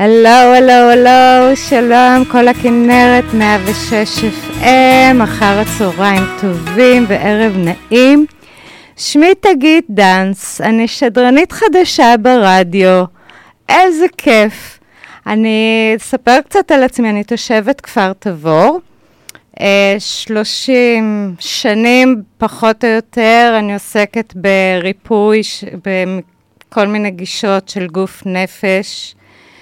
הלו, שלום, כל הכנרת 106 FM, אחר הצהריים טובים וערב נעים. שמי תגית דנס, אני שדרנית חדשה ברדיו, איזה כיף. אני אספר קצת על עצמי, אני תושבת כפר תבור, 30 שנים פחות או יותר, אני עוסקת בריפוי, בכל מיני גישות של גוף נפש.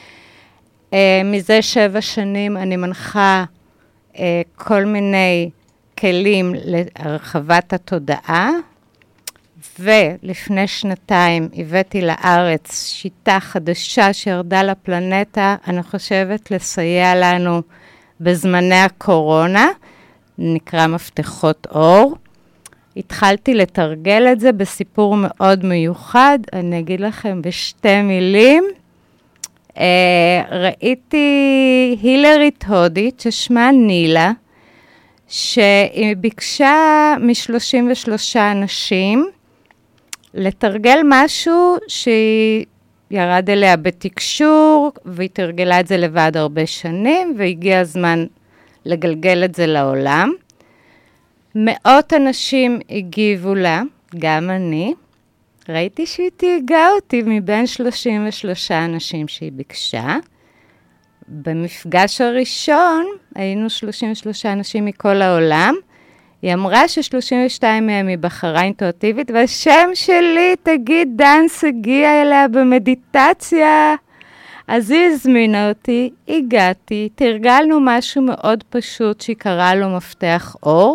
מזה 7 שנים אני מנחה כל מיני כלים להרחבת התודעה, ולפני 2 הבאתי לארץ שיטה חדשה שירדה לפלנטה, אני חושבת לסייע לנו בזמני הקורונה, נקרא מפתחות אור. התחלתי לתרגל את זה בסיפור מאוד מיוחד, אני אגיד לכם ב2 מילים. ראיתי הילרית הודית ששמה נילה, שהיא ביקשה מ33 אנשים לתרגל משהו שהיא ירד אליה בתקשור, והיא תרגלה את זה לבד הרבה שנים, והגיע הזמן לגלגל את זה לעולם. 100 אנשים הגיבו לה, גם אני. ראיתי שהיא תיגע אותי מבין 33 אנשים שהיא ביקשה. במפגש הראשון היינו 33 אנשים מכל העולם. היא אמרה ש32 מהם היא בחרה אינטואיטיבית, והשם שלי, תגיד, דנס הגיע אליה במדיטציה. אז היא הזמינה אותי, הגעתי, תרגלנו משהו מאוד פשוט שהיא קראה לו מפתח אור,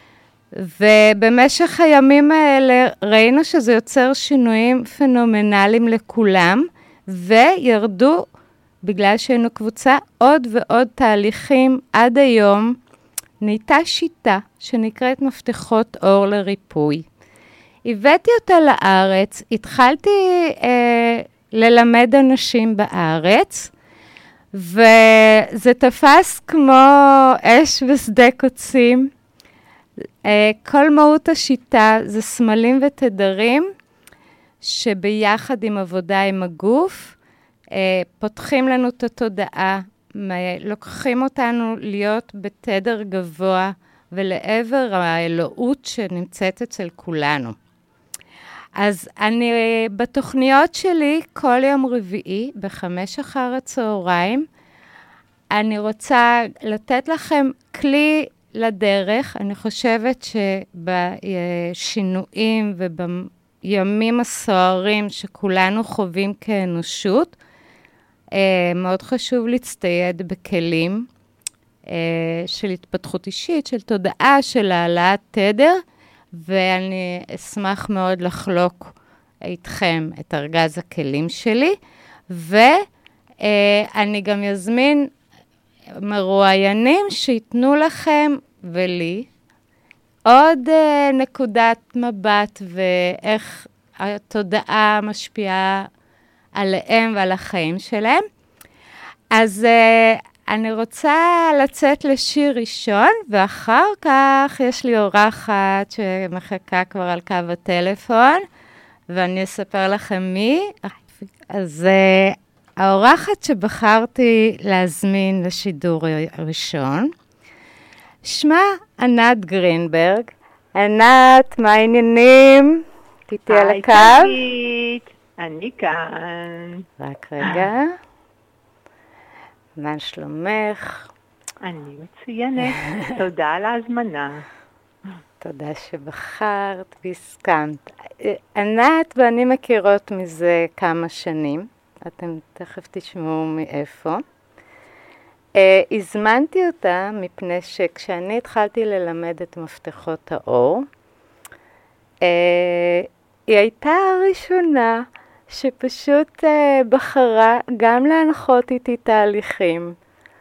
ובמשך הימים האלה ראינו שזה יוצר שינויים פנומנליים לכולם, וירדו, בגלל שהיינו קבוצה, עוד ועוד תהליכים עד היום. נהייתה שיטה שנקראת מפתחות אור לריפוי. הבאתי אותה לארץ, התחלתי ללמד אנשים בארץ, וזה תפס כמו אש ושדה קוצים. כל מהות השיטה זה סמלים ותדרים, שביחד עם עבודה עם הגוף, פותחים לנו את התודעה, לוקחים אותנו להיות בתדר גבוה, ולעבר האלוהות שנמצאת אצל כולנו. אז אני בתוכניות שלי, כל יום רביעי, ב5 אחר הצהריים, אני רוצה לתת לכם כלי לדרך. אני חושבת שבשינויים ובימים הסוערים שכולנו חווים כאנושות, מאוד חשוב להצטייד בכלים של התפתחות אישית, של תודעה, של העלאת תדר, ואני אשמח מאוד לחלוק איתכם את ארגז הכלים שלי, ואני גם יזמין מרואיינים שיתנו לכם ולי עוד נקודת מבט ואיך התודעה משפיעה עליהם ועל החיים שלהם. אז אני רוצה לצאת לשיר ראשון, ואחר כך יש לי אורחת שמחכה כבר על קו הטלפון, ואני אספר לכם מי. אז האורחת שבחרתי להזמין לשידור הראשון, שמה ענת גרינברג. ענת, מה העניינים? תיתי על הקו? אני כאן. רק רגע. מה שלומך? אני מצוינת. תודה על ההזמנה. תודה שבחרת והסכמת. ענת ואני מכירות מזה כמה שנים. אתם תכף תשמעו מאיפה. הזמנתי אותה מפני שכשאני התחלתי ללמד את מפתחות האור, היא הייתה הראשונה שפשוט בחרה גם להנחות איתי תהליכים.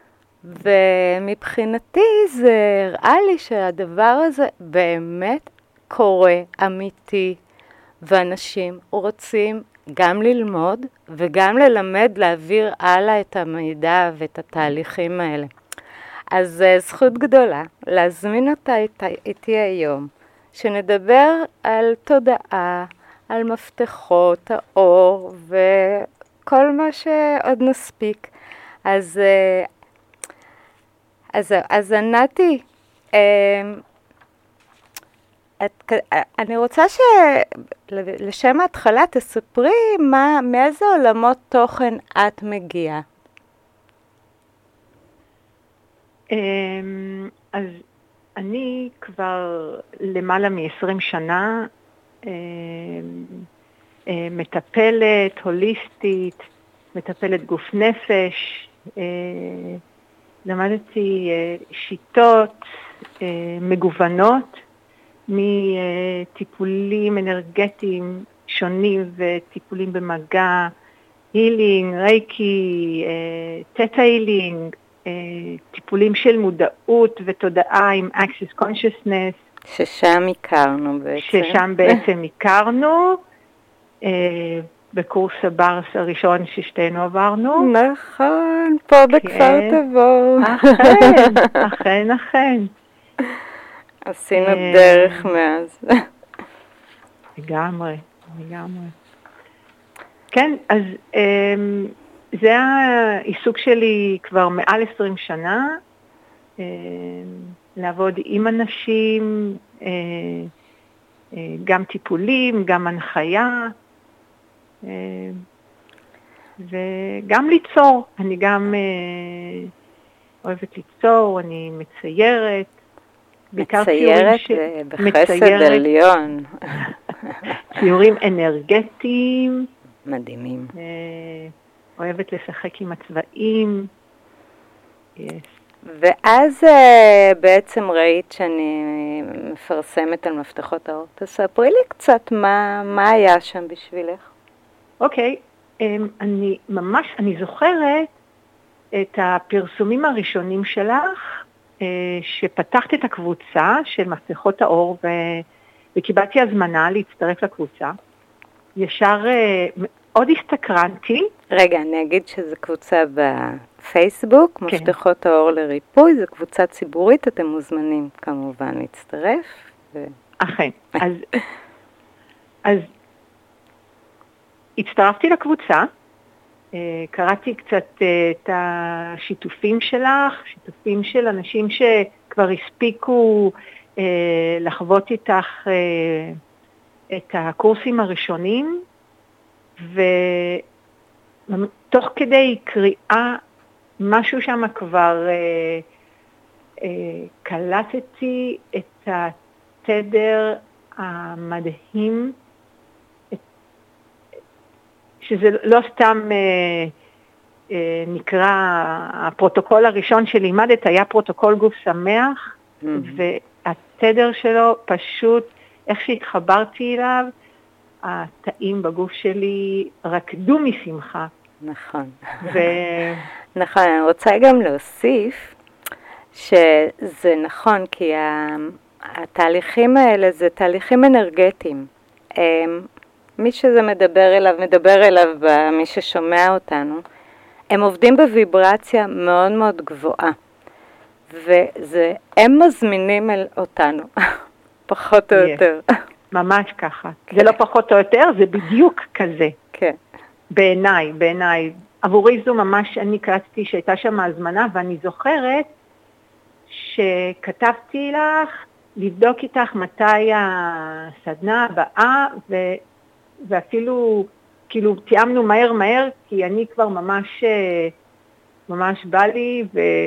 ומבחינתי זה הראה לי שהדבר הזה באמת קורה, אמיתי, ואנשים רוצים גם ללמוד וגם ללמד, להעביר הלאה את המידע ואת התהליכים האלה. אז זכות גדולה להזמין אותה איתי היום, שנדבר על תודעה, על מפתחות האור וכל מה שעוד נספיק. אז ענתי, אני רוצה שלשם ההתחלה תספרי מאיזה עולמות תוכן את מגיעה. אז אני כבר למעלה מ-20 שנה מטפלת הוליסטית, מטפלת גוף נפש, למדתי שיטות מגוונות מטיפולים אנרגטיים שונים וטיפולים במגע, הילינג, רייקי, תטא הילינג, טיפולים של מודעות ותודעה עם Access Consciousness. ששם הכרנו בקורס הברס הראשון ששתינו עברנו. נכון, פה בכפר תבור. אכן. עשינו דרך מאז. לגמרי. כן, אז זה העיסוק שלי כבר מעל 20 שנה, לעבוד עם אנשים, גם טיפולים, גם הנחיה, וגם ליצור. אני גם אוהבת ליצור, אני מציירת. מציירת בחסד עליון. ציורים אנרגטיים. מדהימים. אוהבת לשחק עם הצבעים. ואז בעצם ראית שאני מפרסמת על מפתחות האור. תספרי לי קצת מה היה שם בשבילך. אוקיי, אני זוכרת את הפרסומים הראשונים שלך, שפתחת את הקבוצה של מפתחות האור וקיבלתי הזמנה להצטרף לקבוצה. ישר מאוד הסתקרנתי. רגע, אני אגיד שזו קבוצה בפייסבוק, כן. מפתחות האור לריפוי, זו קבוצה ציבורית, אתם מוזמנים כמובן להצטרף. אכן, אז הצטרפתי לקבוצה, קראתי קצת את השיתופים שלך, שיתופים של אנשים שכבר הספיקו לחוות איתך את הקורסים הראשונים, ותוך כדי קריאה משהו שם כבר קלטתי את התדר המדהים, שזה לא סתם נקרא, הפרוטוקול הראשון שלימדת היה פרוטוקול גוף שמח, והתדר שלו פשוט, איך שהתחברתי אליו, התאים בגוף שלי רקדו משמחה. נכון. נכון, אני רוצה גם להוסיף שזה נכון, כי התהליכים האלה זה תהליכים אנרגטיים. מי שזה מדבר אליו מי ששומע אותנו, הם עובדים בוויברציה מאוד מאוד גבוהה. הם מזמינים אותנו, פחות או יותר. ממש ככה. זה לא פחות או יותר, זה בדיוק כזה. כן. בעיניי. עבורי זו ממש, אני קראתי שהייתה שם הזמנה, ואני זוכרת שכתבתי לך, לבדוק איתך מתי הסדנה הבאה, ואפילו, כאילו, תיאמנו מהר, כי אני כבר ממש בא לי,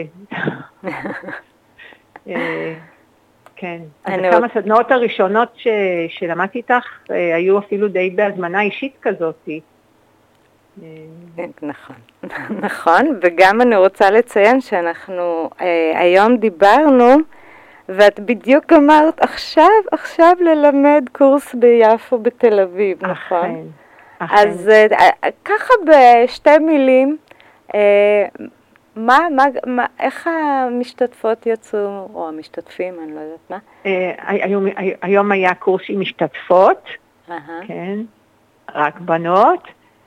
כן. אז כמה סדנאות הראשונות שלמדתי איתך, היו אפילו די בהזמנה אישית כזאת. נכון, וגם אני רוצה לציין שאנחנו היום דיברנו, ואת בדיוק אמרת עכשיו ללמד קורס ביפו בתל אביב, נכון? אז ככה בשתי מילים, איך המשתתפות יצאו, או המשתתפים, אני לא יודעת מה? היום היה קורס עם משתתפות, כן, רק בנות,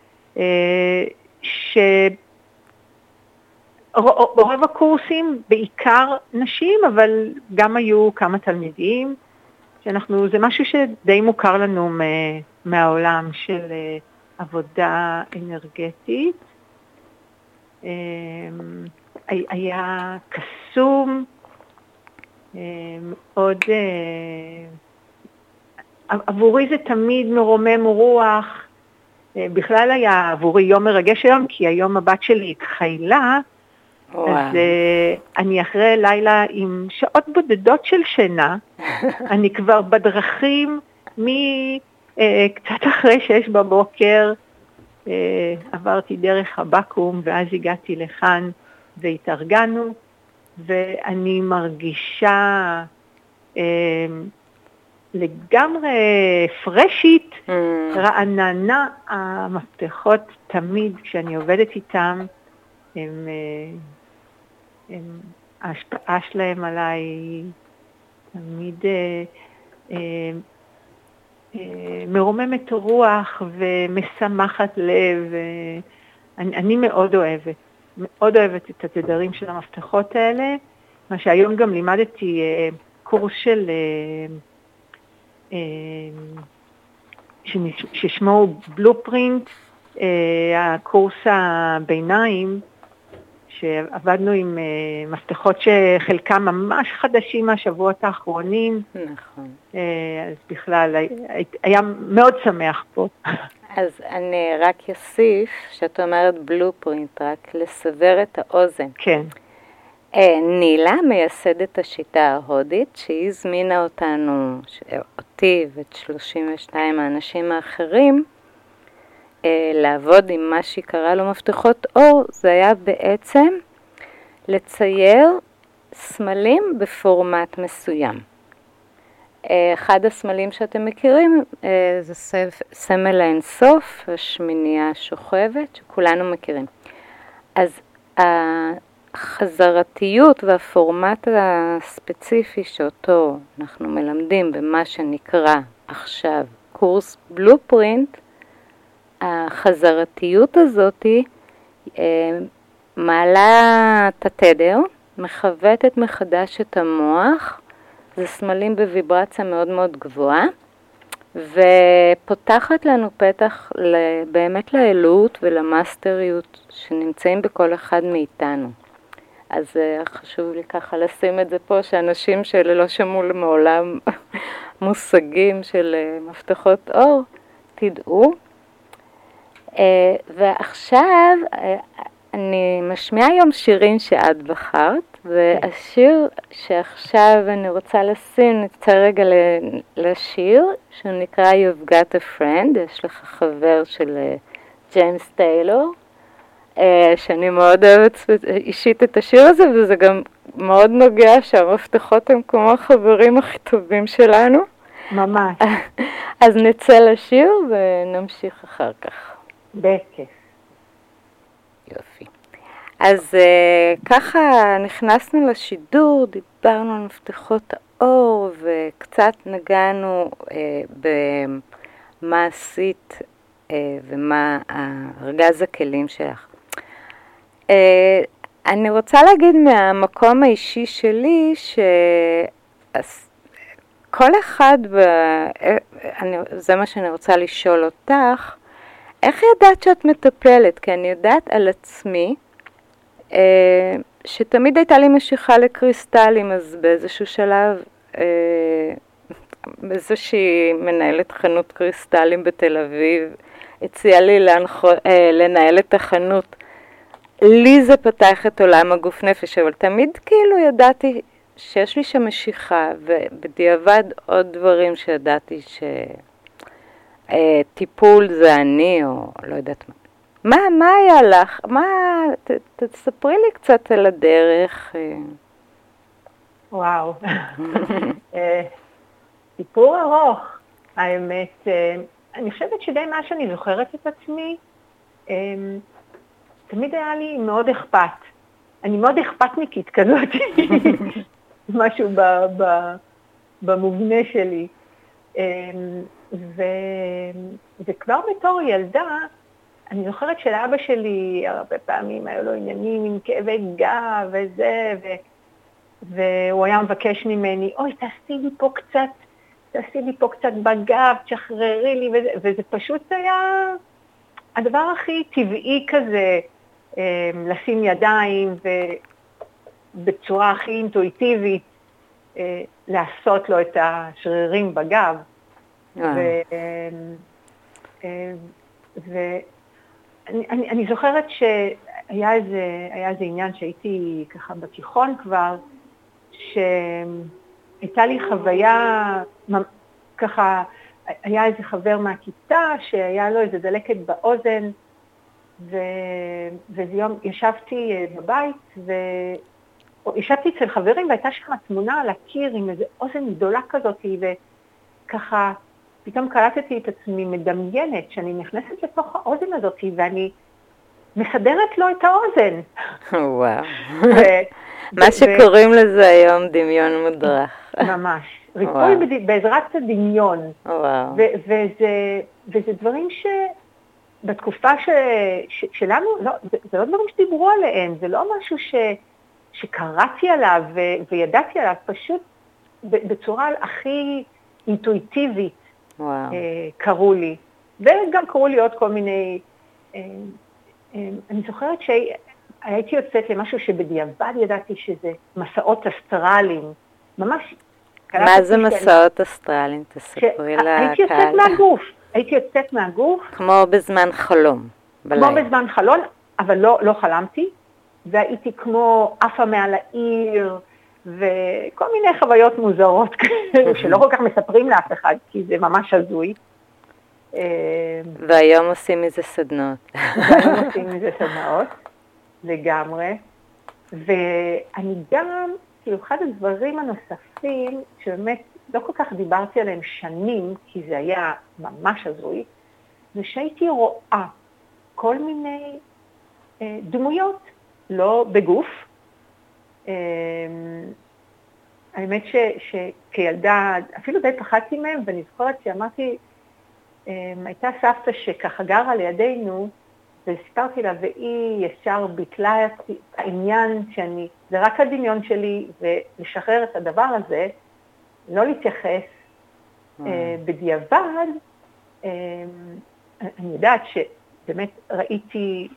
ברוב הקורסים בעיקר נשים, אבל גם היו כמה תלמידים, זה משהו שדי מוכר לנו מהעולם של עבודה אנרגטית. היה קסום, מאוד, עבורי זה תמיד מרומם רוח, בכלל היה עבורי יום מרגש היום, כי היום הבת שלי התחילה, אז אני אחרי לילה עם שעות בודדות של שינה, אני כבר בדרכים קצת אחרי 6 בבוקר, עברתי דרך הבקו"ם ואז הגעתי לכאן והתארגנו, ואני מרגישה לגמרי פרשית, רעננה. המפתחות תמיד כשאני עובדת איתם, ההשפעה שלהם עליי תמיד מרוממת רוח ומשמחת לב. אני מאוד אוהבת את התדרים של המפתחות האלה, מה שהיום גם לימדתי קורס של ששמו בלופרינט, הקורס הביניים, שעבדנו עם מפתחות שחלקם ממש חדשים מהשבועות האחרונים. נכון. אז בכלל, היה מאוד שמח פה. אז אני רק אוסיף, שאת אומרת בלופרינט, רק לסבר את האוזן. כן. נילה מייסדת השיטה ההודית, שהיא הזמינה אותי ואת 32 האנשים האחרים, לעבוד עם מה שהיא קראה לו מפתחות אור. זה היה בעצם לצייר סמלים בפורמט מסוים. אחד הסמלים שאתם מכירים זה סמל האינסוף, השמינייה השוכבת, שכולנו מכירים. אז החזרתיות והפורמט הספציפי שאותו אנחנו מלמדים במה שנקרא עכשיו קורס בלופרינט, החזרתיות הזאת מעלה את התדר, מחוותת מחדש את המוח, זה סמלים בוויברציה מאוד מאוד גבוהה, ופותחת לנו פתח באמת לאלוהות ולמאסטריות שנמצאים בכל אחד מאיתנו. אז חשוב לי ככה לשים את זה פה, שאנשים שלא שמעו מעולם מושגים של מפתחות אור, תדעו. ועכשיו אני משמיעה היום שירים שאת בחרת, והשיר שעכשיו אני רוצה לשים, נצא רגע לשיר, שהוא נקרא You've Got a Friend, יש לך חבר של ג'יימס טיילור, שאני מאוד אוהבת אישית את השיר הזה, וזה גם מאוד נוגע שהמפתחות הם כמו החברים הכי טובים שלנו. ממש. אז נצא לשיר ונמשיך אחר כך. בכיף. יופי. אז ככה נכנסנו לשידור, דיברנו על מפתחות האור, וקצת נגענו במה עשית ומה ארגז הכלים שלך. אני רוצה להגיד מהמקום האישי שלי, שכל אחד, זה מה שאני רוצה לשאול אותך, איך ידעת שאת מטפלת? כי אני יודעת על עצמי, שתמיד הייתה לי משיכה לקריסטלים, אז באיזשהו שלב, איזושהי מנהלת חנות קריסטלים בתל אביב, הציעה לי לנהל את החנות. לי זה פתח את עולם הגוף נפש, אבל תמיד כאילו ידעתי שיש לי שם משיכה, ובדיעבד עוד דברים שידעתי טיפול זה אני, או לא יודעת מה. מה היה לך? תספרי לי קצת על הדרך. וואו. סיפור ארוך. האמת, אני חושבת שדי מה שאני זוכרת את עצמי, תמיד היה לי מאוד אכפת. אני מאוד אכפתניקית כזאת. משהו במובנה שלי. וכבר בתור ילדה, אני זוכרת שלאבא שלי הרבה פעמים היו לו עניינים עם כאבי גב וזה, והוא היה מבקש ממני, אוי, תעשי לי פה קצת בגב, תשחררי לי, וזה פשוט היה הדבר הכי טבעי כזה, לשים ידיים ובצורה הכי אינטואיטיבית לעשות לו את השרירים בגב. ואני זוכרת שהיה איזה עניין שהייתי ככה בתיכון כבר, שהייתה לי חוויה, ככה, היה איזה חבר מהכיתה שהיה לו איזה דלקת באוזן, ואיזה יום ישבתי בבית, וישבתי אצל חברים, והייתה שם תמונה על הקיר עם איזה אוזן גדולה כזאת, וככה פתאום קלטתי את עצמי מדמיינת שאני נכנסת לתוך האוזן הזאת, ואני מסדרת לו את האוזן. וואו. מה שקוראים לזה היום דמיון מודרך. ממש. ריפוי בעזרת הדמיון. וואו. וזה דברים שבתקופה שלנו, זה לא דברים שדיברו עליהם, זה לא משהו שקראתי עליו וידעתי עליו, פשוט בצורה הכי אינטואיטיבית קראו לי. וגם קראו לי עוד כל מיני, אני זוכרת שהייתי יוצאת למשהו שבדיעבד ידעתי שזה מסעות אסטרליים, ממש. מה זה מסעות אסטרליים? תספרי לקהל. הייתי יוצאת מהגוף. כמו בזמן חלום. כמו בזמן חלום, אבל לא חלמתי, והייתי כמו עפה מעל העיר, וכל מיני חוויות מוזרות שלא כל כך מספרים לאף אחד, כי זה ממש הזוי. והיום עושים מזה סדנות. לגמרי. ואני גם, כאילו, אחד הדברים הנוספים, שבאמת לא כל כך דיברתי עליהם שנים, כי זה היה ממש הזוי, זה שהייתי רואה כל מיני דמויות, לא בגוף. האמת שכילדה, אפילו די פחדתי מהם, ואני זוכרת שאמרתי, הייתה סבתא שככה גרה לידינו, וסיפרתי לה, והיא ישר ביטלה את העניין זה רק הדמיון שלי, ולשחרר את הדבר הזה, לא להתייחס. בדיעבד, אני יודעת שבאמת ראיתי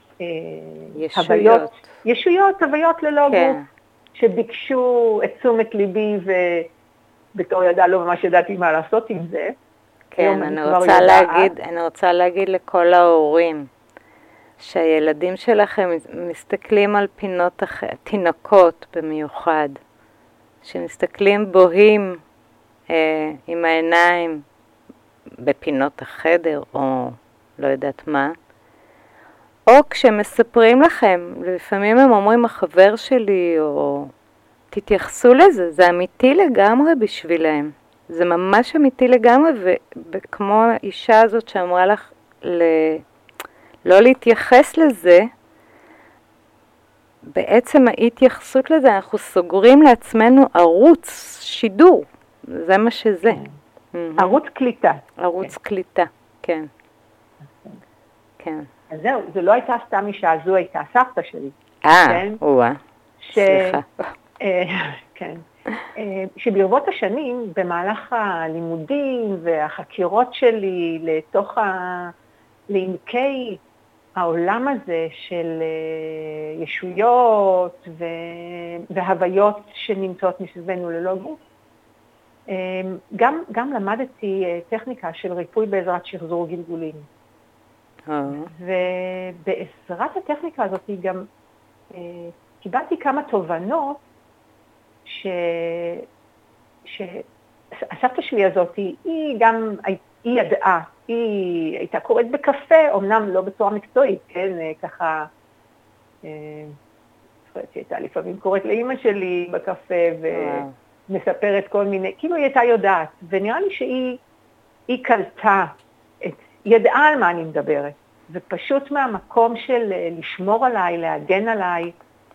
הוויות ללא גוף, שביקשו את תשומת ליבי, ובתור ילדה לא ממש ידעתי מה לעשות עם זה. כן, אני רוצה להגיד לכל ההורים, שהילדים שלכם מסתכלים על פינות תינוקות במיוחד, שמסתכלים בוהים עם העיניים בפינות החדר, או לא יודעת מה, או כשמספרים לכם, לפעמים הם אומרים, החבר שלי, או תתייחסו לזה, זה אמיתי לגמרי בשבילהם. זה ממש אמיתי לגמרי, וכמו האישה הזאת שאמרה לך לא להתייחס לזה, בעצם ההתייחסות לזה, אנחנו סוגרים לעצמנו ערוץ שידור, זה מה שזה. ערוץ קליטה. ערוץ קליטה, כן. כן. אז זהו, זו לא הייתה סתם אישה, זו הייתה סבתא שלי. וואה, סליחה. כן. שברבות השנים, במהלך הלימודים והחקירות שלי לעמקי העולם הזה של ישויות והוויות שנמצאות מסביבנו ללא גוף, גם למדתי טכניקה של ריפוי בעזרת שחזור גלגולים. ובעזרת הטכניקה הזאת גם קיבלתי כמה תובנות שהסבתא שלי הזאת, היא ידעה, היא הייתה קוראת בקפה, אמנם לא בצורה מקצועית, כן, ככה, הייתה לפעמים קוראת לאמא שלי בקפה ומספרת כל מיני, כאילו היא הייתה יודעת, ונראה לי שהיא קלטה, ידעה על מה אני מדברת, ופשוט מהמקום של לשמור עליי, להגן עליי,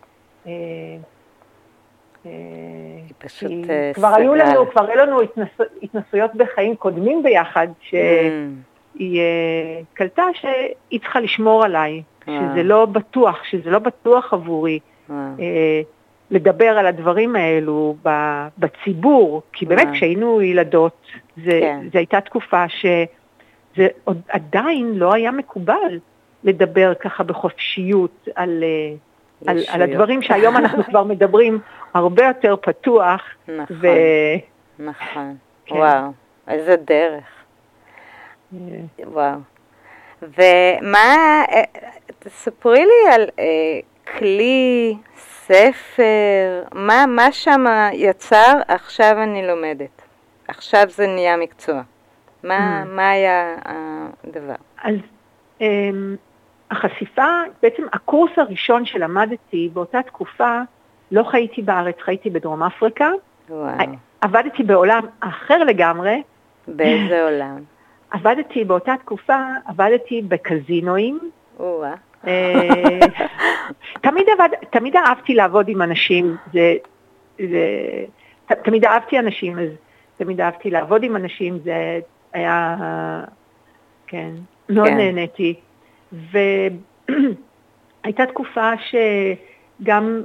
כבר היו לנו התנסויות בחיים קודמים ביחד, שהיא קלטה שהיא צריכה לשמור עליי, שזה לא בטוח עבורי לדבר על הדברים האלו בציבור, כי באמת כשהיינו ילדות, זו הייתה תקופה שזה עדיין לא היה מקובל לדבר ככה בחופשיות על הדברים שהיום אנחנו כבר מדברים הרבה יותר פתוח. נכון, נכון. כן. וואו, איזה דרך. וואו. ומה, תספרי לי על כלי, ספר, מה שם יצר, עכשיו אני לומדת. עכשיו זה נהיה מקצוע. מה היה הדבר? אז החשיפה, בעצם הקורס הראשון שלמדתי באותה תקופה, לא חייתי בארץ, חייתי בדרום אפריקה. וואו. עבדתי בעולם אחר לגמרי. באיזה עולם? עבדתי באותה תקופה, עבדתי בקזינואים. וואו. תמיד אהבתי לעבוד עם אנשים, תמיד אהבתי אנשים, אז תמיד אהבתי לעבוד עם אנשים, זה היה, כן, מאוד נהניתי. והייתה תקופה שגם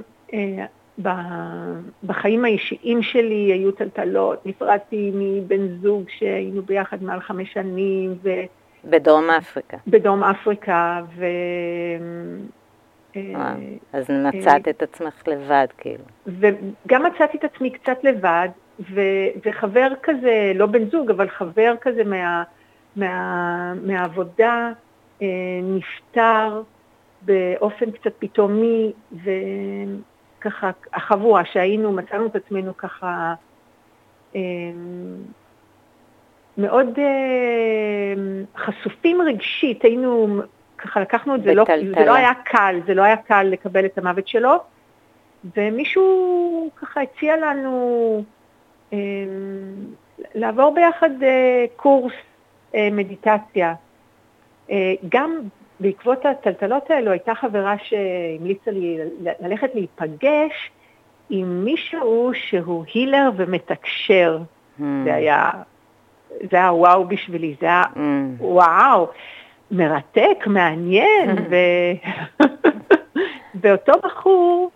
בחיים האישיים שלי היו טלטלות, נפרדתי מבן זוג שהיינו ביחד מעל 5 שנים. בדרום אפריקה. בדרום אפריקה, אז מצאת את עצמך לבד, כאילו. וגם מצאתי את עצמי קצת לבד, וחבר כזה, לא בן זוג, אבל חבר כזה מהעבודה, נפטר באופן קצת פתאומי, וככה החבורה שהיינו, מצאנו את עצמנו ככה מאוד חשופים רגשית, היינו ככה לקחנו את זה, זה לא היה קל, זה לא היה קל לקבל את המוות שלו, ומישהו ככה הציע לנו לעבור ביחד קורס מדיטציה. גם בעקבות הטלטלות האלו הייתה חברה שהמליצה לי ללכת להיפגש עם מישהו שהוא הילר ומתקשר. זה היה וואו בשבילי, זה היה וואו, מרתק, מעניין. ואותו בחור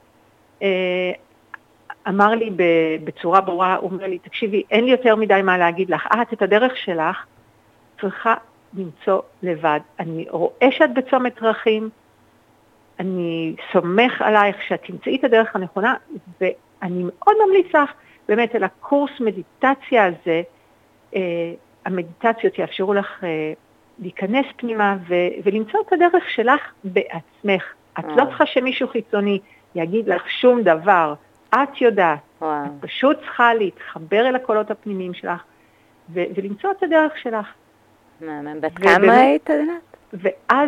אמר לי בצורה ברורה, הוא אומר לי, תקשיבי, אין לי יותר מדי מה להגיד לך, את הדרך שלך צריכה למצוא לבד. אני רואה שאת בצומת דרכים, אני סומך עלייך שאת תמצאי את הדרך הנכונה, ואני מאוד ממליץ לך באמת על הקורס מדיטציה הזה. המדיטציות יאפשרו לך להיכנס פנימה ולמצוא את הדרך שלך בעצמך. את לא צריכה שמישהו חיצוני יגיד לך שום דבר, את יודעת. את פשוט צריכה להתחבר אל הקולות הפנימיים שלך ולמצוא את הדרך שלך. בת כמה היית? ואז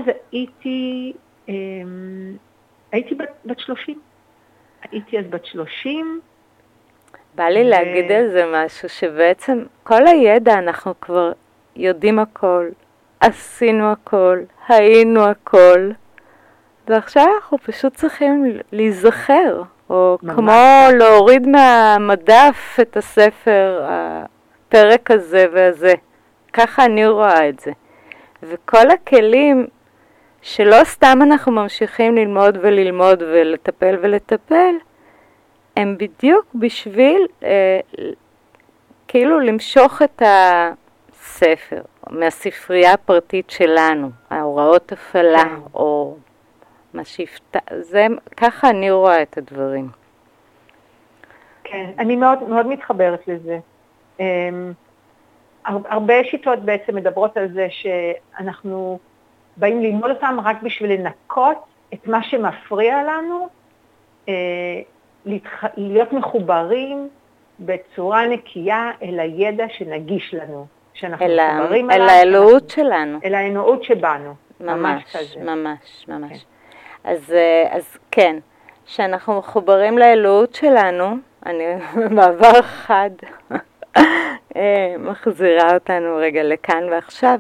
הייתי בת 30. הייתי אז בת 30. בא לי להגיד על זה משהו, שבעצם כל הידע אנחנו כבר יודעים הכל, עשינו הכל, היינו הכל, ועכשיו אנחנו פשוט צריכים להיזכר, או כמו להוריד מהמדף את הספר, הפרק הזה והזה. ככה אני רואה את זה. וכל הכלים שלא סתם אנחנו ממשיכים ללמוד וללמוד ולטפל ולטפל, הם בדיוק בשביל כאילו למשוך את הספר מהספרייה הפרטית שלנו, ההוראות הפעלה או מה שיפתח, זה ככה אני רואה את הדברים. כן, אני מאוד מאוד מתחברת לזה. הרבה שיטות בעצם מדברות על זה שאנחנו באים ללמוד אותם רק בשביל לנקות את מה שמפריע לנו, להיות מחוברים בצורה נקייה אל הידע שנגיש לנו, שאנחנו מחוברים אל האלוהות שלנו. אל האלוהות שבנו. ממש, ממש, ממש. אז כן, שאנחנו מחוברים לאלוהות שלנו, אני במעבר חד מחזירה אותנו רגע לכאן ועכשיו.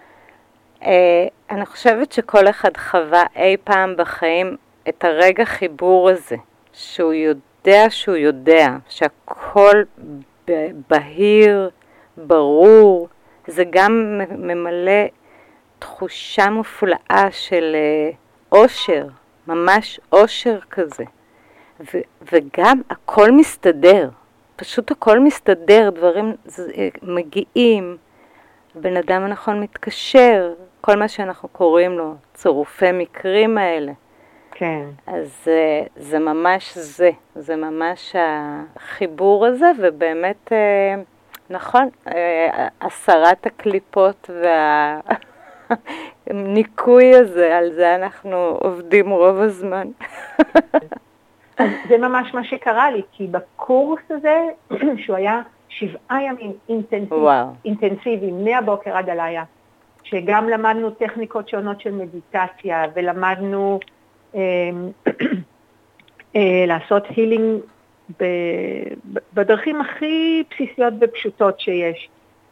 אני חושבת שכל אחד חווה אי פעם בחיים את הרגע חיבור הזה, שהוא יודע, שהכל בהיר, ברור, זה גם ממלא תחושה מופלאה של אושר, ממש אושר כזה. וגם הכל מסתדר, פשוט הכל מסתדר, דברים מגיעים, בן אדם הנכון מתקשר, כל מה שאנחנו קוראים לו, צירופי מקרים האלה. כן. אז זה ממש זה ממש החיבור הזה, ובאמת, נכון, הסרת הקליפות והניקוי הזה, על זה אנחנו עובדים רוב הזמן. אז זה ממש מה שקרה לי, כי בקורס הזה, שהוא היה 7 ימים אינטנסיביים, מהבוקר עד הלילה, שגם למדנו טכניקות שונות של מדיטציה, ולמדנו לעשות הילינג בדרכים הכי בסיסיות ופשוטות שיש.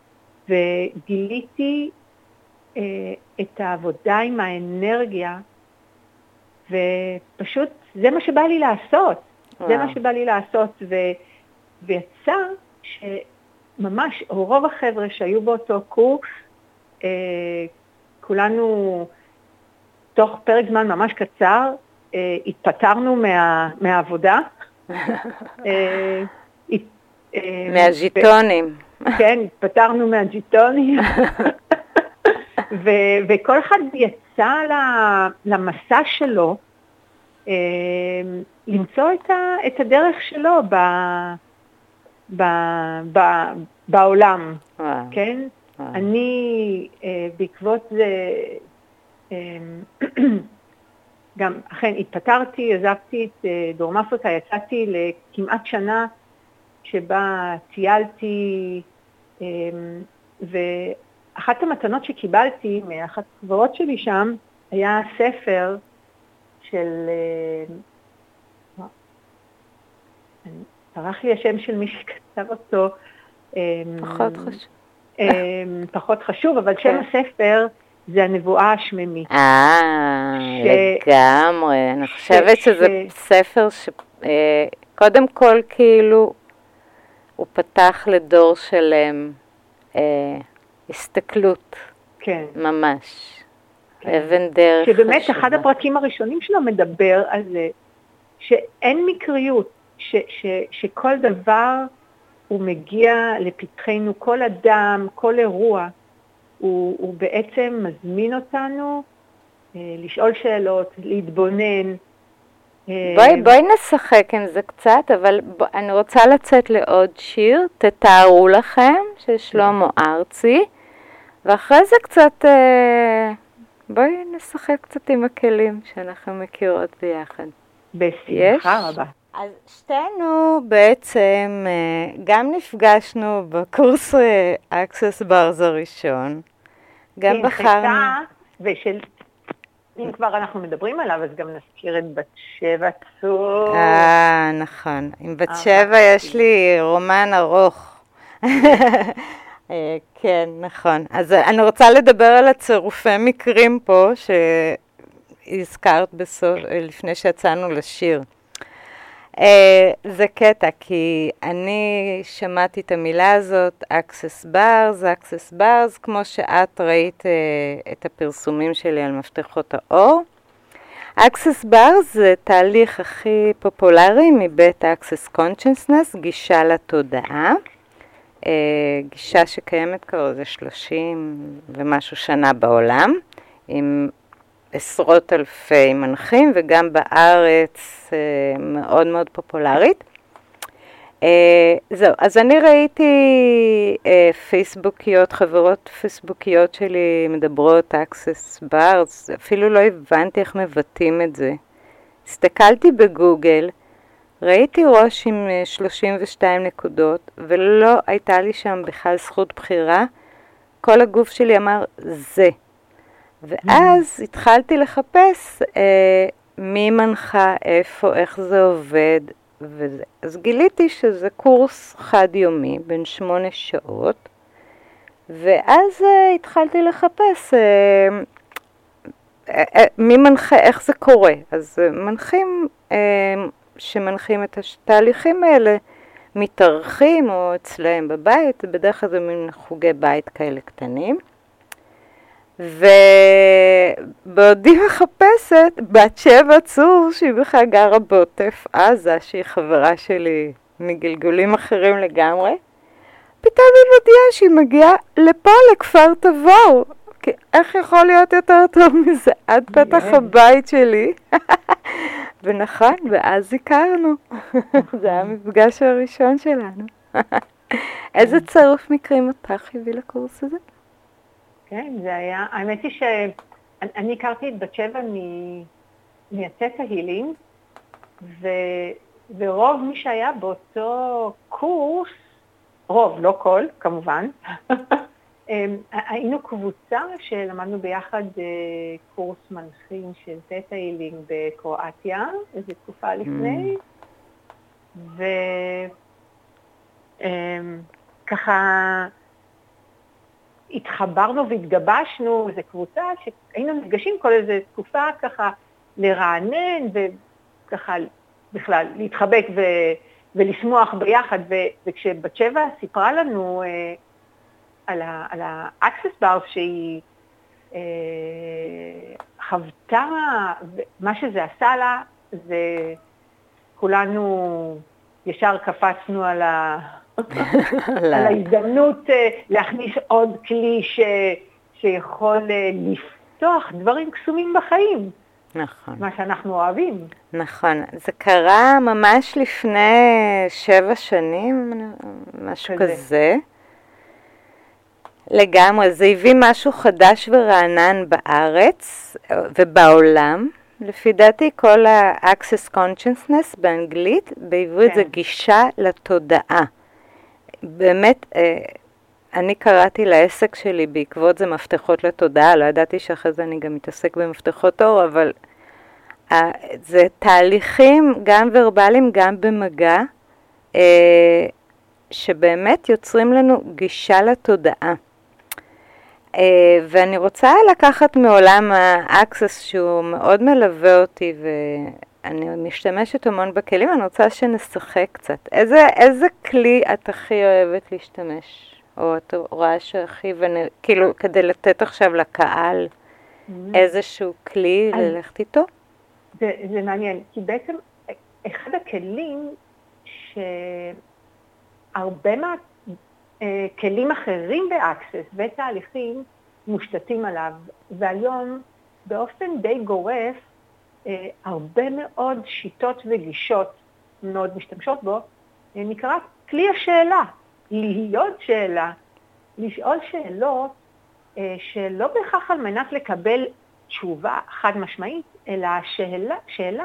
וגיליתי את העבודה עם האנרגיה, ופשוט זה מה שבא לי לעשות. זה מה שבא לי לעשות, ויצא שממש רוב החבר'ה שהיו באותו קורס, כולנו תוך פרק זמן ממש קצר, התפטרנו מהעבודה. מהז'יטונים. כן, התפטרנו מהז'יטונים. וכל אחד יצא למסע שלו, למצוא את הדרך שלו בעולם. כן? אני בעקבות זה גם אכן התפטרתי, עזבתי את דרום אפריקה, יצאתי לכמעט שנה שבה טיילתי, ואחת המתנות שקיבלתי מאחת החברות שלי שם היה ספר של, פרח לי השם של מי שכתב אותו, פחות חשוב, אבל שם הספר זה הנבואה השממית. לגמרי. אני חושבת שזה ספר שקודם כל כאילו הוא פתח לדור שלם הסתכלות. כן. ממש. אבן דרך חשובה. שבאמת אחד הפרקים הראשונים שלו מדבר על זה, שאין מקריות, שכל דבר הוא מגיע לפתחנו, כל אדם, כל אירוע, הוא בעצם מזמין אותנו לשאול שאלות, להתבונן. בואי נשחק עם זה קצת, אבל אני רוצה לצאת לעוד שיר, תתארו לכם, של שלמה ארצי, ואחרי זה קצת, בואי נשחק קצת עם הכלים שאנחנו מכירות ביחד. בשמחה רבה. אז שתינו בעצם גם נפגשנו בקורס Access Bars הראשון, גם בחרנו... אם כבר אנחנו מדברים עליו, אז גם נזכיר את בת שבע צור. נכון. עם בת שבע יש לי רומן ארוך. כן, נכון. אז אני רוצה לדבר על הצירופי מקרים פה, שהזכרת לפני שיצאנו לשיר. זה קטע, כי אני שמעתי את המילה הזאת, Access Bars, כמו שאת ראית את הפרסומים שלי על מפתחות האור. Access Bars זה תהליך הכי פופולרי מבית Access Consciousness, גישה לתודעה, גישה שקיימת כבר זה 30 ומשהו שנה בעולם, עם עשרות אלפי מנחים, וגם בארץ מאוד מאוד פופולרית. זהו, אז אני ראיתי פייסבוקיות, חברות פייסבוקיות שלי מדברות Access Bars, אפילו לא הבנתי איך מבטאים את זה. הסתכלתי בגוגל, ראיתי ראש עם 32 נקודות, ולא הייתה לי שם בכלל זכות בחירה. כל הגוף שלי אמר זה. ואז התחלתי לחפש מי מנחה, איפה, איך זה עובד, וזה. אז גיליתי שזה קורס חד יומי, בין 8 שעות, ואז התחלתי לחפש מי מנחה, איך זה קורה. אז מנחים שמנחים את התהליכים האלה, מתארחים או אצלהם בבית, בדרך כלל זה מין חוגי בית כאלה קטנים. ובעודי מחפשת, בת שבע צור, שהיא בכלל גרה בעוטף עזה, שהיא חברה שלי מגלגולים אחרים לגמרי, פתאום היא מודיעה שהיא מגיעה לפה, לכפר תבור. כי איך יכול להיות יותר טוב מזה? עד פתח הבית שלי. ונכון, ואז הכרנו. זה היה המפגש הראשון שלנו. איזה צירוף מקרים אותך הביא לקורס הזה? כן, זה היה, האמת היא שאני הכרתי את בת שבע מהתטא הילינג, ורוב מי שהיה באותו קורס, רוב, לא כל, כמובן, היינו קבוצה שלמדנו ביחד קורס מנחים של תטא הילינג בקרואטיה, איזו תקופה לפני, וככה התחברנו והתגבשנו, זו קבוצה שהיינו נפגשים כל איזו תקופה ככה לרענן וככה בכלל להתחבק ולשמוח ביחד, וכשבת שבע סיפרה לנו על ה-access bars שהיא חוותה, מה שזה עשה לה, זה כולנו ישר קפצנו על ההזדמנות להכניס עוד כלי שיכול לפתוח דברים קסומים בחיים. נכון. מה שאנחנו אוהבים. נכון. זה קרה ממש לפני 7 שנים, משהו כזה. לגמרי, זה הביא משהו חדש ורענן בארץ ובעולם. לפי דעתי, כל ה-access consciousness באנגלית, בעברית זה גישה לתודעה. באמת, אני קראתי לעסק שלי בעקבות זה מפתחות לתודעה, לא ידעתי שאחרי זה אני גם מתעסק במפתחות אור, אבל זה תהליכים גם ורבליים, גם במגע, שבאמת יוצרים לנו גישה לתודעה. ואני רוצה לקחת מעולם האקסס שהוא מאוד מלווה אותי, ואני משתמשת המון בכלים, אני רוצה שנשחק קצת. איזה כלי את הכי אוהבת להשתמש? או את רואה שהכי, כאילו כדי לתת עכשיו לקהל איזשהו כלי ללכת איתו? זה מעניין, כי בעצם אחד הכלים שהרבה כלים אחרים באקסס ותהליכים מושתתים עליו, והיום באופן די גורף הרבה מאוד שיטות וגישות מאוד משתמשות בו, נקרא כלי השאלה, להיות שאלה, לשאול שאלות שלא בהכרח על מנת לקבל תשובה חד משמעית, אלא שאלה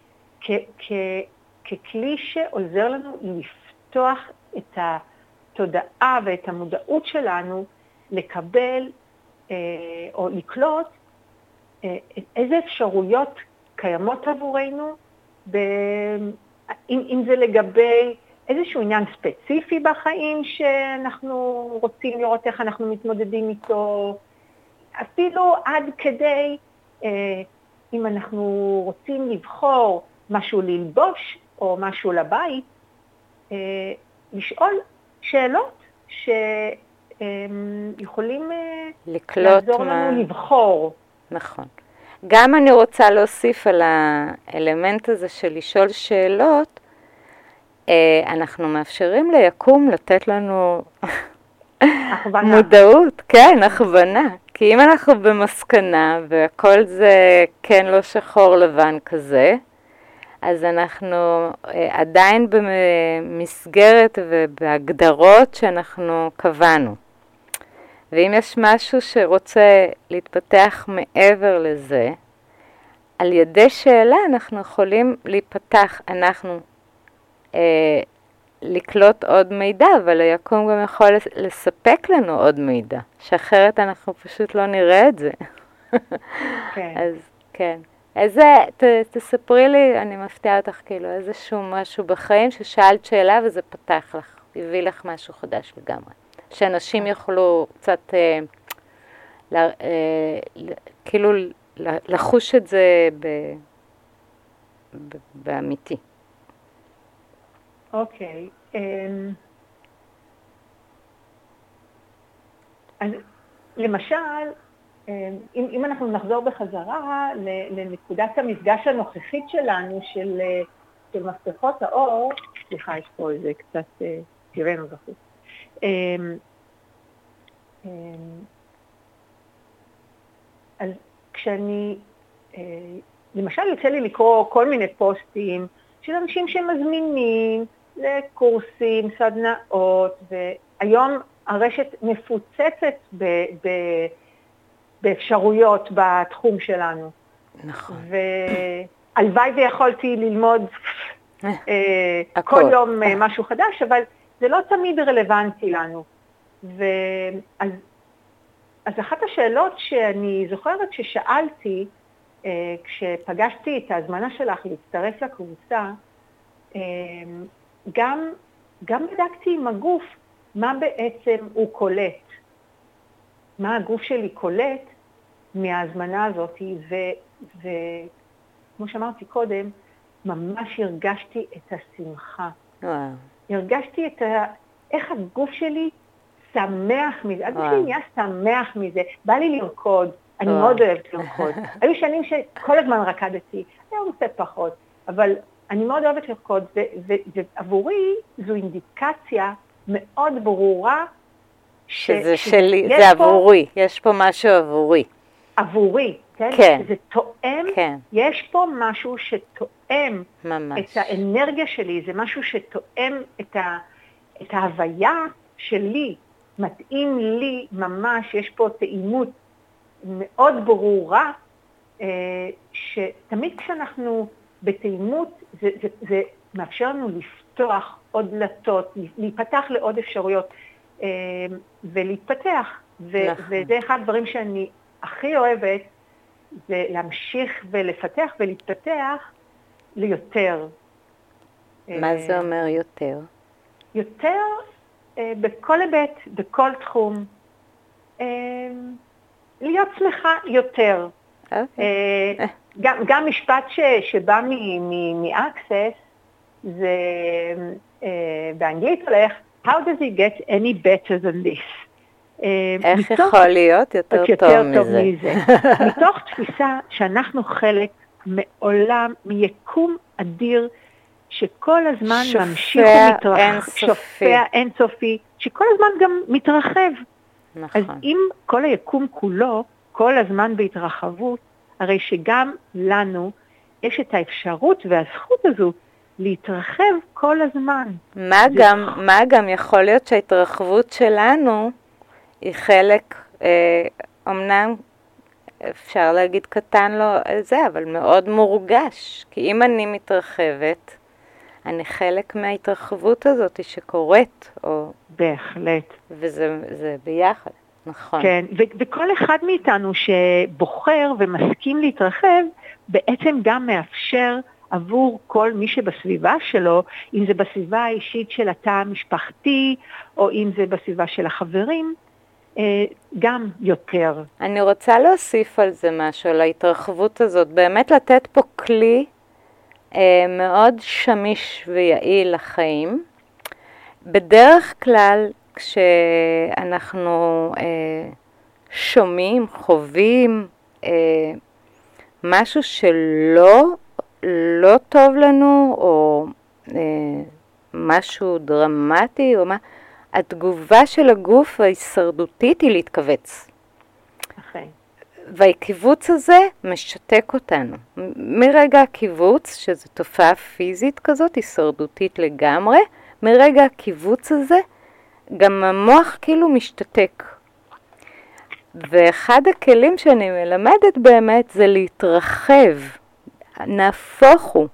ככלי שעוזר לנו לפתוח את התודעה ואת המודעות שלנו לקבל או לקלוט איזה אפשרויות קיימות עבורנו, אם זה לגבי איזשהו עניין ספציפי בחיים שאנחנו רוצים לראות איך אנחנו מתמודדים איתו, אפילו עד כדי אם אנחנו רוצים לבחור משהו ללבוש או משהו לבית, לשאול שאלות שיכולים לעזור לנו לבחור. נכון. גם אני רוצה להוסיף על האלמנט הזה של לשאול שאלות, אנחנו מאפשרים ליקום לתת לנו מודעות, כן, הכוונה. כי אם אנחנו במסקנה והכל זה כן לא שחור לבן כזה, אז אנחנו עדיין במסגרת ובהגדרות שאנחנו קבענו. ואם יש משהו שרוצה להתפתח מעבר לזה, על ידי שאלה אנחנו יכולים להיפתח, אנחנו לקלוט עוד מידע, אבל היקום גם יכול לספק לנו עוד מידע, שאחרת אנחנו פשוט לא נראה את זה. כן. אז כן. תספרי לי, אני מפתיעה אותך כאילו, איזשהו משהו בחיים ששאלת שאלה וזה פתח לך, הביא לך משהו חדש לגמרי. שאנשים יוכלו קצת כאילו לחוש את זה באמיתי. אוקיי. אז למשל, אם אנחנו נחזור בחזרה לנקודת המפגש הנוכחית שלנו של מפתחות האור, סליחה, יש פה איזה קצת סירנות בחוץ. כשאני, למשל יוצא לי לקרוא כל מיני פוסטים של אנשים שמזמינים לקורסים, סדנאות, והיום הרשת מפוצצת באפשרויות בתחום שלנו. נכון. והלוואי ויכולתי ללמוד כל יום משהו חדש, אבל זה לא תמיד רלוונטי לנו. אז אחת השאלות שאני זוכרת ששאלתי, כשפגשתי את ההזמנה שלך להצטרף לקבוצה, גם בדקתי עם הגוף מה בעצם הוא קולט, מה הגוף שלי קולט מההזמנה הזאת, וכמו שאמרתי קודם, ממש הרגשתי את השמחה. הרגשתי איך הגוף שלי שמח מזה, הגוף שלי נהיה שמח מזה, בא לי לרקוד, אני מאוד אוהבת לרקוד. היו שנים שכל הזמן רקדתי, היום קצת פחות, אבל אני מאוד אוהבת לרקוד, ועבורי זו אינדיקציה מאוד ברורה, שזה שלי, זה עבורי, יש פה משהו עבורי. עבורי, כן? כן. זה תואם, כן. יש פה משהו שתואם ממש. את האנרגיה שלי, זה משהו שתואם את ההוויה שלי, מתאים לי ממש, יש פה טעימות מאוד ברורה, שתמיד כשאנחנו בטעימות, זה מאפשר לנו לפתוח עוד דלתות, להיפתח לעוד אפשרויות, ולהתפתח. וזה אחד הדברים שאני הכי אוהבת, זה להמשיך ולפתח ולהתפתח ליותר. מה זה אומר יותר? יותר בכל היבט, בכל תחום. להיות שמחה יותר. גם משפט שבא מ-Access, זה באנגלית הולך, How does it get any better than this? איך יכול להיות יותר טוב מזה? מתוך תפיסה שאנחנו חלק מעולם, מיקום אדיר, שכל הזמן ממשיך ומתרחב, שופע אינסופי, שכל הזמן גם מתרחב. נכון. אז אם כל היקום כולו, כל הזמן בהתרחבות, הרי שגם לנו יש את האפשרות והזכות הזו להתרחב כל הזמן. מה גם יכול להיות שההתרחבות שלנו היא חלק, אמנם אפשר להגיד קטן לו זה, אבל מאוד מורגש. כי אם אני מתרחבת, אני חלק מההתרחבות הזאת שקורית. בהחלט. וזה ביחד, נכון. כן, וכל אחד מאיתנו שבוחר ומסכים להתרחב, בעצם גם מאפשר עבור כל מי שבסביבה שלו, אם זה בסביבה האישית של התא המשפחתי, או אם זה בסביבה של החברים, גם יותר. אני רוצה להוסיף על זה משהו, על ההתרחבות הזאת, באמת לתת פה כלי מאוד שמיש ויעיל לחיים. בדרך כלל, כשאנחנו שומעים, חווים משהו לא טוב לנו, או משהו דרמטי, או מה, התגובה של הגוף ההישרדותית היא להתכווץ. אכן. והקיבוץ הזה משתק אותנו. מרגע הקיבוץ, שזו תופעה פיזית כזאת, הישרדותית לגמרי, מרגע הקיבוץ הזה, גם המוח כאילו משתתק. ואחד הכלים שאני מלמדת באמת זה להתרחב. נהפוך הוא.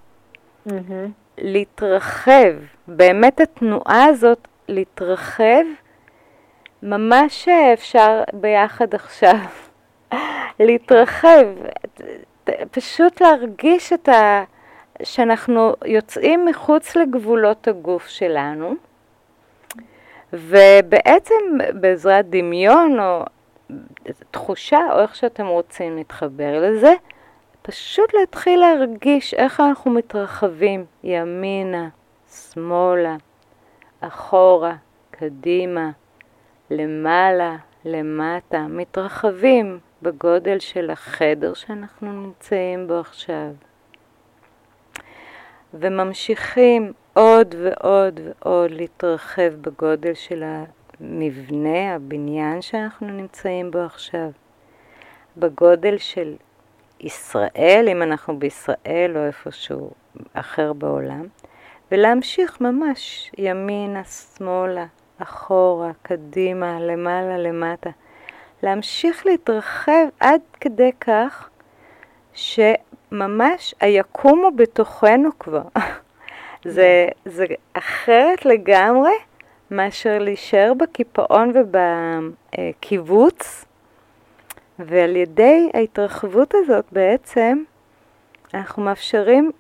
להתרחב. באמת התנועה הזאת, להתרחב, ממש אפשר ביחד עכשיו. להתרחב. פשוט להרגיש שאנחנו יוצאים מחוץ לגבולות הגוף שלנו, ובעצם בעזרת דמיון או תחושה, או איך שאתם רוצים להתחבר לזה, פשוט להתחיל להרגיש איך אנחנו מתרחבים ימינה, שמאלה, אחורה, קדימה, למעלה, למטה, מתרחבים בגודל של החדר שאנחנו נמצאים בו עכשיו. וממשיכים עוד ועוד ועוד להתרחב בגודל של המבנה, הבניין שאנחנו נמצאים בו עכשיו, בגודל של ישראל, אם אנחנו בישראל או איפשהו אחר בעולם, ולהמשיך ממש ימינה, שמאלה, אחורה, קדימה, למעלה, למטה. להמשיך להתרחב עד כדי כך שממש היקום הוא בתוכנו כבר. זה אחרת לגמרי מאשר להישאר בקיפאון ובקיבוץ, ועל ידי ההתרחבות הזאת בעצם אנחנו מאפשרים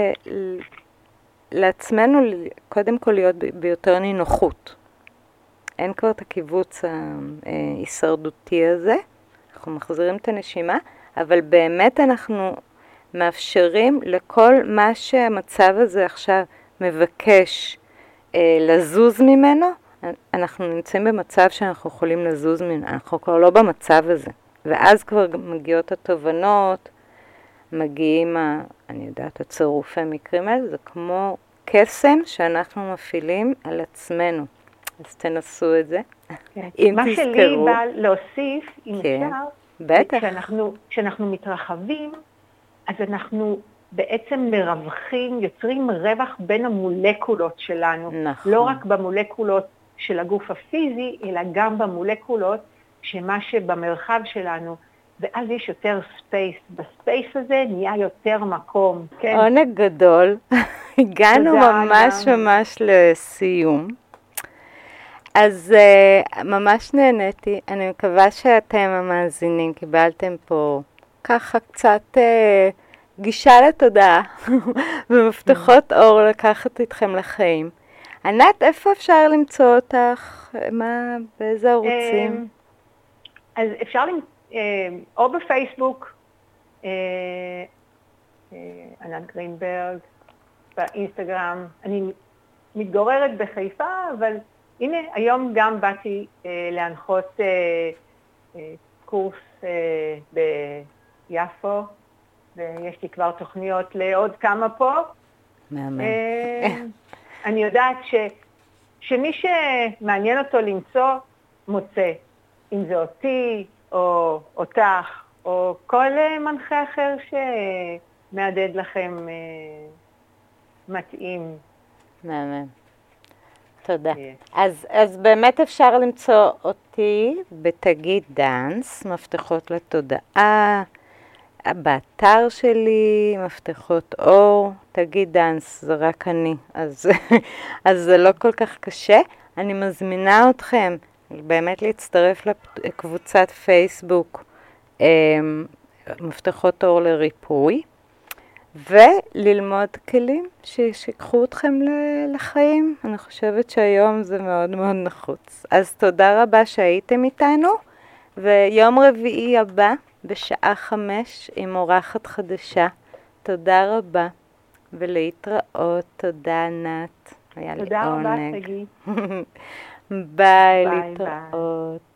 לעצמנו קודם כל להיות ביותר נינוחות. אין כבר את הקיבוץ ההישרדותי הזה, אנחנו מחזירים את הנשימה, אבל באמת אנחנו מאפשרים לכל מה שהמצב הזה עכשיו מבקש לזוז ממנו, אנחנו נמצאים במצב שאנחנו יכולים לזוז ממנו, אנחנו כבר לא במצב הזה. ואז כבר מגיעות התובנות, מגיעים, אני יודעת, הצירופי מקרים האלה, זה כמו קסם שאנחנו מפעילים על עצמנו. אז תנסו את זה, כן. אם מה תזכרו. מה שלי בא להוסיף, אם כן. אפשר, בטח. כשאנחנו מתרחבים, אז אנחנו בעצם מרווחים, יוצרים רווח בין המולקולות שלנו. נכון. לא רק במולקולות של הגוף הפיזי, אלא גם במולקולות שמה שבמרחב שלנו, ואז יש יותר ספייס. בספייס הזה נהיה יותר מקום. כן? עונג גדול. הגענו ממש לסיום. אז ממש נהניתי. אני מקווה שאתם המאזינים קיבלתם פה ככה קצת גישה לתודעה ומפתחות אור לקחת איתכם לחיים. ענת, איפה אפשר למצוא אותך? באיזה ערוצים? אז אפשר או בפייסבוק, ענת גרינברג, באינסטגרם. אני מתגוררת בחיפה, אבל הנה, היום גם באתי להנחות קורס ביפו, ויש לי כבר תוכניות לעוד כמה פה. מאמן. אני יודעת שמי שמעניין אותו למצוא, מוצא. אם זה אותי, או אותך, או כל מנחה אחר שמעדד לכם מתאים. מאמן. תודה. אז באמת אפשר למצוא אותי בתגיד דאנס, מפתחות לתודעה, באתר שלי, מפתחות אור, תגיד דאנס, זה רק אני, אז זה לא כל כך קשה. אני מזמינה אתכם באמת להצטרף לקבוצת פייסבוק, מפתחות אור לריפוי, וללמוד כלים שיקחו אתכם לחיים. אני חושבת שהיום זה מאוד מאוד נחוץ. אז תודה רבה שהייתם איתנו, ויום רביעי הבא בשעה 5 עם אורחת חדשה. תודה רבה, ולהתראות. תודה ענת, היה לי עונג. תודה רבה, סגי. ביי, להתראות.